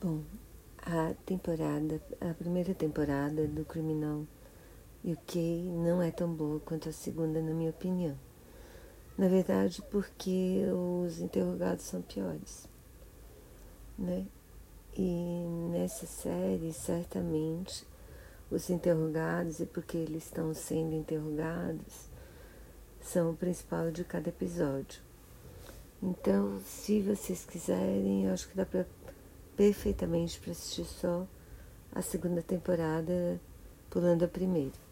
Bom, a primeira temporada do Criminal UK não é tão boa quanto a segunda, na minha opinião. Na verdade, porque os interrogados são piores, né? E nessa série, certamente, os interrogados, e porque eles estão sendo interrogados, são o principal de cada episódio. Então, se vocês quiserem, eu acho que dá perfeitamente para assistir só a segunda temporada, pulando a primeira.